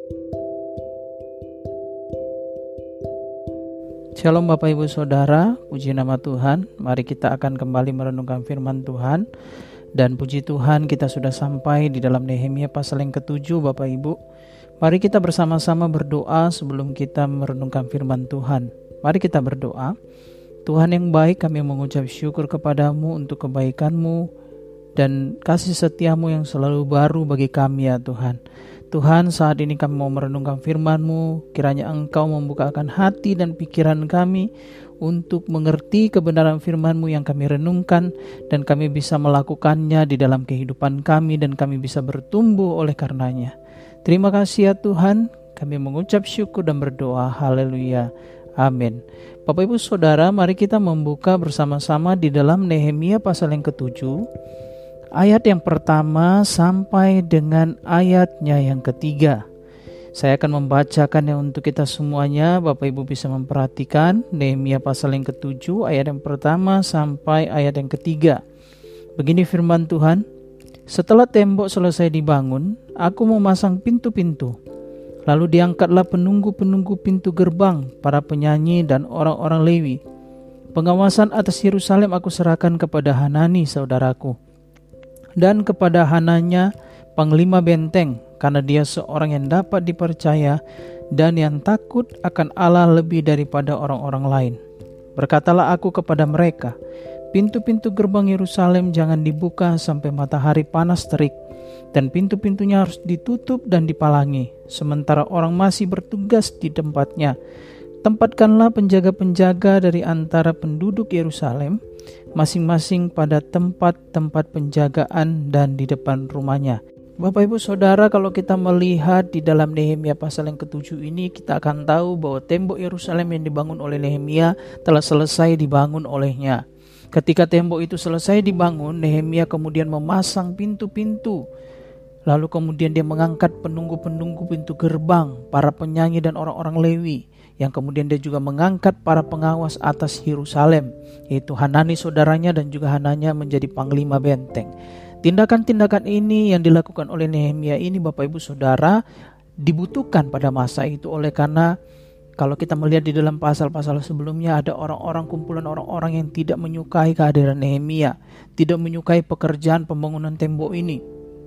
Shalom Bapak Ibu Saudara, puji nama Tuhan. Mari kita akan kembali merenungkan firman Tuhan. Dan puji Tuhan kita sudah sampai di dalam Nehemia pasal yang ke-7 Bapak Ibu. Mari kita bersama-sama berdoa sebelum kita merenungkan firman Tuhan. Mari kita berdoa. Tuhan yang baik, kami mengucap syukur kepadamu untuk kebaikan-Mu dan kasih setia-Mu yang selalu baru bagi kami ya Tuhan. Tuhan, saat ini kami mau merenungkan firman-Mu, kiranya Engkau membukakan hati dan pikiran kami untuk mengerti kebenaran firman-Mu yang kami renungkan, dan kami bisa melakukannya di dalam kehidupan kami, dan kami bisa bertumbuh oleh karenanya. Terima kasih ya Tuhan, kami mengucap syukur dan berdoa, haleluya, amin. Bapak Ibu Saudara, mari kita membuka bersama-sama di dalam Nehemia pasal yang ke-7, ayat yang pertama sampai dengan ayatnya yang ketiga. Saya akan membacakannya untuk kita semuanya. Bapak Ibu bisa memperhatikan Nehemia pasal yang ke-7 ayat yang pertama sampai ayat yang ketiga. Begini firman Tuhan. Setelah tembok selesai dibangun, aku memasang pintu-pintu. Lalu diangkatlah penunggu-penunggu pintu gerbang, para penyanyi dan orang-orang Lewi. Pengawasan atas Yerusalem aku serahkan kepada Hanani saudaraku, dan kepada Hananya panglima benteng, karena dia seorang yang dapat dipercaya dan yang takut akan Allah lebih daripada orang-orang lain. Berkatalah aku kepada mereka, pintu-pintu gerbang Yerusalem jangan dibuka sampai matahari panas terik, dan pintu-pintunya harus ditutup dan dipalangi, sementara orang masih bertugas di tempatnya. Tempatkanlah penjaga-penjaga dari antara penduduk Yerusalem, masing-masing pada tempat-tempat penjagaan dan di depan rumahnya. Bapak Ibu Saudara, kalau kita melihat di dalam Nehemia pasal yang ke-7 ini, kita akan tahu bahwa tembok Yerusalem yang dibangun oleh Nehemia telah selesai dibangun olehnya. Ketika tembok itu selesai dibangun, Nehemia kemudian memasang pintu-pintu. Lalu kemudian dia mengangkat penunggu-penunggu pintu gerbang, para penyanyi dan orang-orang Lewi, yang kemudian dia juga mengangkat para pengawas atas Yerusalem, yaitu Hanani saudaranya dan juga Hananya menjadi panglima benteng. Tindakan-tindakan ini yang dilakukan oleh Nehemia ini Bapak Ibu Saudara dibutuhkan pada masa itu, oleh karena kalau kita melihat di dalam pasal-pasal sebelumnya ada orang-orang, kumpulan orang-orang yang tidak menyukai kehadiran Nehemia, tidak menyukai pekerjaan pembangunan tembok ini.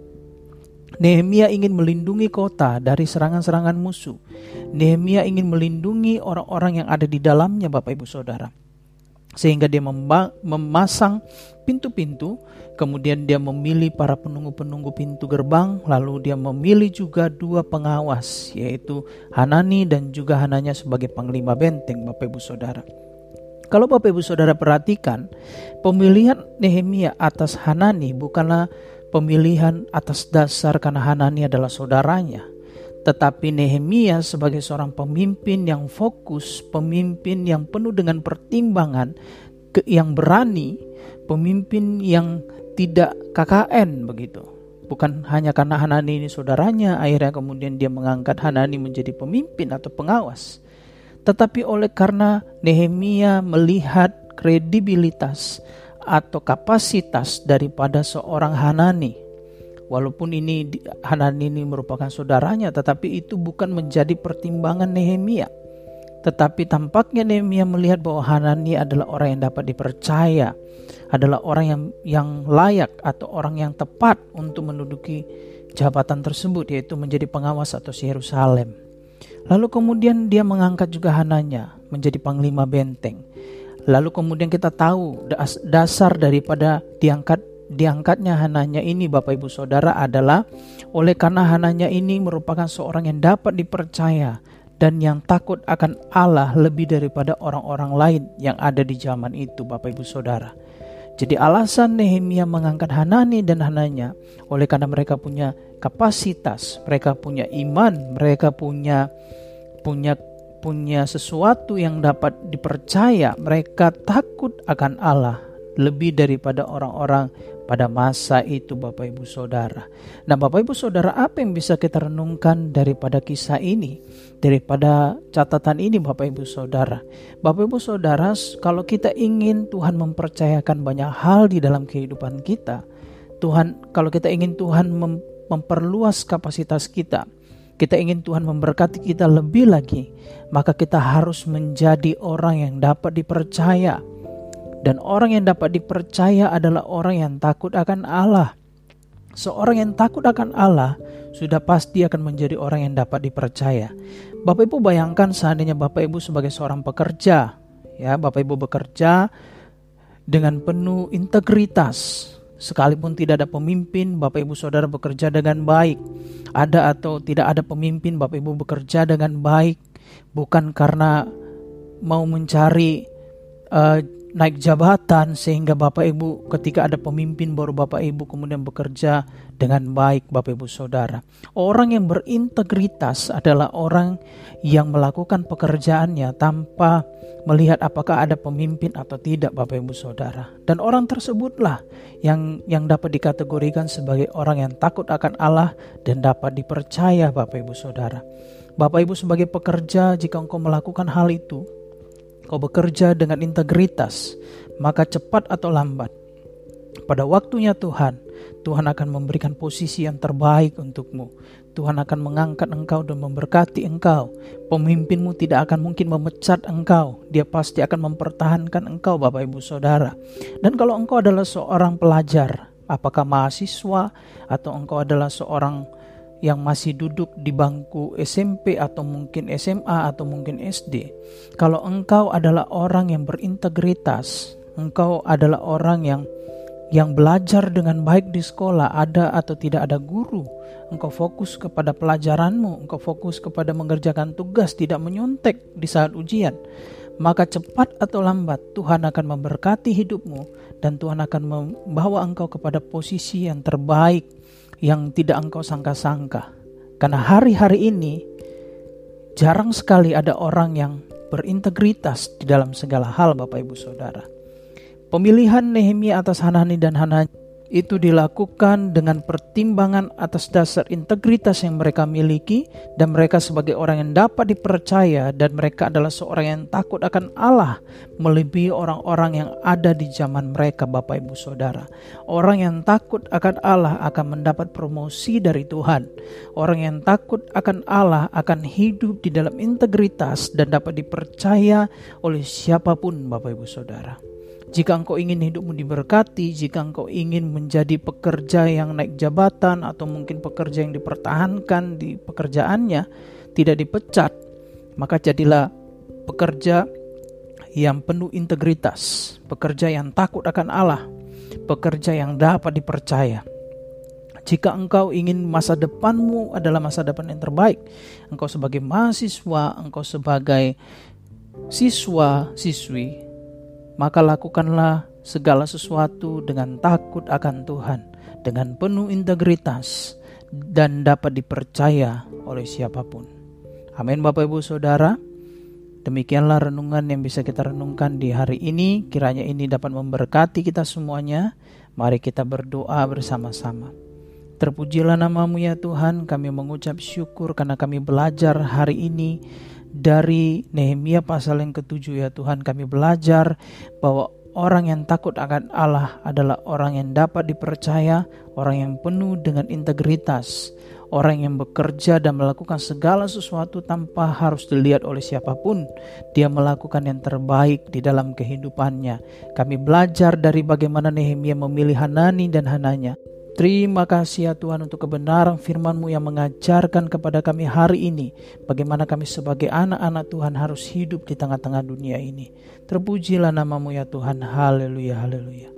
Nehemia ingin melindungi kota dari serangan-serangan musuh. Nehemia ingin melindungi orang-orang yang ada di dalamnya Bapak Ibu Saudara. Sehingga dia memasang pintu-pintu, kemudian dia memilih para penunggu-penunggu pintu gerbang, lalu dia memilih juga dua pengawas, yaitu Hanani dan juga Hananya sebagai panglima benteng Bapak Ibu Saudara. Kalau Bapak Ibu Saudara perhatikan, pemilihan Nehemia atas Hanani bukanlah pemilihan atas dasar karena Hanani adalah saudaranya, tetapi Nehemia sebagai seorang pemimpin yang fokus, pemimpin yang penuh dengan pertimbangan, yang berani, pemimpin yang tidak KKN begitu. Bukan hanya karena Hanani ini saudaranya, akhirnya kemudian dia mengangkat Hanani menjadi pemimpin atau pengawas, tetapi oleh karena Nehemia melihat kredibilitas atau kapasitas daripada seorang Hanani. Walaupun Hanani ini merupakan saudaranya, tetapi itu bukan menjadi pertimbangan Nehemia. Tetapi tampaknya Nehemia melihat bahwa Hanani adalah orang yang dapat dipercaya, adalah orang yang layak atau orang yang tepat untuk menduduki jabatan tersebut, yaitu menjadi pengawas atas Yerusalem. Lalu kemudian dia mengangkat juga Hananya menjadi panglima benteng. Lalu kemudian kita tahu dasar daripada diangkatnya Hananya ini Bapak Ibu Saudara adalah oleh karena Hananya ini merupakan seorang yang dapat dipercaya dan yang takut akan Allah lebih daripada orang-orang lain yang ada di zaman itu Bapak Ibu Saudara. Jadi alasan Nehemia mengangkat Hanani dan Hananya oleh karena mereka punya kapasitas, mereka punya iman, mereka punya sesuatu yang dapat dipercaya, mereka takut akan Allah lebih daripada orang-orang pada masa itu Bapak Ibu Saudara. Nah Bapak Ibu Saudara, apa yang bisa kita renungkan daripada kisah ini, daripada catatan ini Bapak Ibu Saudara? Bapak Ibu Saudara, kalau kita ingin Tuhan mempercayakan banyak hal di dalam kehidupan kita, kalau kita ingin Tuhan memperluas kapasitas kita, kita ingin Tuhan memberkati kita lebih lagi, maka kita harus menjadi orang yang dapat dipercaya. Dan orang yang dapat dipercaya adalah orang yang takut akan Allah. Seorang yang takut akan Allah sudah pasti akan menjadi orang yang dapat dipercaya. Bapak Ibu bayangkan seandainya Bapak Ibu sebagai seorang pekerja, ya, Bapak Ibu bekerja dengan penuh integritas. Sekalipun tidak ada pemimpin, Bapak Ibu Saudara bekerja dengan baik. Ada atau tidak ada pemimpin, Bapak Ibu bekerja dengan baik. Bukan karena mau mencari naik jabatan sehingga Bapak Ibu ketika ada pemimpin baru Bapak Ibu kemudian bekerja dengan baik, Bapak Ibu Saudara. Orang yang berintegritas adalah orang yang melakukan pekerjaannya tanpa melihat apakah ada pemimpin atau tidak, Bapak Ibu Saudara. Dan orang tersebutlah yang dapat dikategorikan sebagai orang yang takut akan Allah dan dapat dipercaya, Bapak Ibu Saudara. Bapak Ibu sebagai pekerja, jika engkau melakukan hal itu, kau bekerja dengan integritas, maka cepat atau lambat, pada waktunya Tuhan akan memberikan posisi yang terbaik untukmu. Tuhan akan mengangkat engkau dan memberkati engkau. Pemimpinmu tidak akan mungkin memecat engkau. Dia pasti akan mempertahankan engkau, Bapak Ibu Saudara. Dan kalau engkau adalah seorang pelajar, apakah mahasiswa atau engkau adalah seorang yang masih duduk di bangku SMP atau mungkin SMA atau mungkin SD, kalau engkau adalah orang yang berintegritas, engkau adalah orang yang belajar dengan baik di sekolah, ada atau tidak ada guru, engkau fokus kepada pelajaranmu, engkau fokus kepada mengerjakan tugas, tidak menyontek di saat ujian, maka cepat atau lambat Tuhan akan memberkati hidupmu dan Tuhan akan membawa engkau kepada posisi yang terbaik yang tidak engkau sangka-sangka. Karena hari-hari ini jarang sekali ada orang yang berintegritas di dalam segala hal, Bapak Ibu Saudara. Pemilihan Nehemia atas Hanani dan Hananya itu dilakukan dengan pertimbangan atas dasar integritas yang mereka miliki, dan mereka sebagai orang yang dapat dipercaya, dan mereka adalah seorang yang takut akan Allah melebihi orang-orang yang ada di zaman mereka, Bapak Ibu Saudara. Orang yang takut akan Allah akan mendapat promosi dari Tuhan. Orang yang takut akan Allah akan hidup di dalam integritas dan dapat dipercaya oleh siapapun, Bapak Ibu Saudara. Jika engkau ingin hidupmu diberkati, jika engkau ingin menjadi pekerja yang naik jabatan atau mungkin pekerja yang dipertahankan di pekerjaannya, tidak dipecat, maka jadilah pekerja yang penuh integritas, pekerja yang takut akan Allah, pekerja yang dapat dipercaya. Jika engkau ingin masa depanmu adalah masa depan yang terbaik, engkau sebagai mahasiswa, engkau sebagai siswa, siswi, maka lakukanlah segala sesuatu dengan takut akan Tuhan, dengan penuh integritas, dan dapat dipercaya oleh siapapun. Amin, Bapak Ibu Saudara. Demikianlah renungan yang bisa kita renungkan di hari ini. Kiranya ini dapat memberkati kita semuanya. Mari kita berdoa bersama-sama. Terpujilah nama-Mu ya Tuhan, kami mengucap syukur karena kami belajar hari ini dari Nehemia pasal yang ke-7 ya Tuhan. Kami belajar bahwa orang yang takut akan Allah adalah orang yang dapat dipercaya, orang yang penuh dengan integritas, orang yang bekerja dan melakukan segala sesuatu tanpa harus dilihat oleh siapapun. Dia melakukan yang terbaik di dalam kehidupannya. Kami belajar dari bagaimana Nehemia memilih Hanani dan Hananya. Terima kasih ya Tuhan untuk kebenaran firman-Mu yang mengajarkan kepada kami hari ini bagaimana kami sebagai anak-anak Tuhan harus hidup di tengah-tengah dunia ini. Terpujilah nama-Mu ya Tuhan. Haleluya, haleluya.